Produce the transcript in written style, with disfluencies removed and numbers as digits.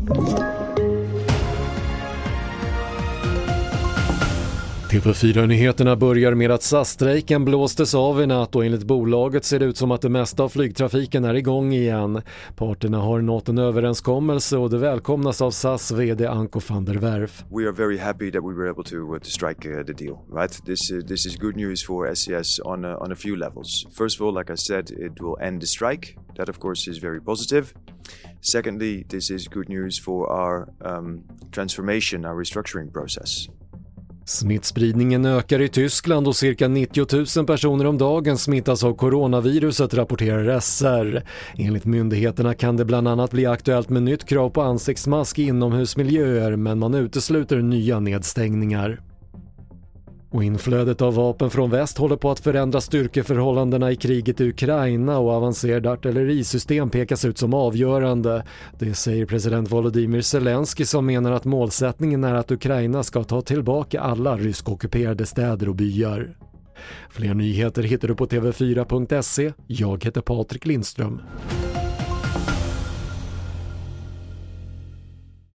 TV4-nyheterna börjar med att SAS-strejken blåstes av i natt och enligt bolaget ser det ut som att det mesta av flygtrafiken är igång igen. Parterna har nått en överenskommelse och det välkomnas av SAS vd Anko van der Werf. We are very happy that we were able to strike the deal, right? This is good news for SCS on a few levels. First of all, like I said, it will end the strike. That of course is very positive. Secondly, this is good news for our transformation, our restructuring process. Smittspridningen ökar i Tyskland och cirka 90 000 personer om dagen smittas av coronaviruset, rapporterar SR. Enligt myndigheterna kan det bland annat bli aktuellt med nytt krav på ansiktsmask i inomhusmiljöer, men man utesluter nya nedstängningar. Och inflödet av vapen från väst håller på att förändra styrkeförhållandena i kriget i Ukraina och avancerade artillerisystem pekas ut som avgörande. Det säger president Volodymyr Zelensky som menar att målsättningen är att Ukraina ska ta tillbaka alla ryskockuperade städer och byar. Fler nyheter hittar du på tv4.se. Jag heter Patrik Lindström.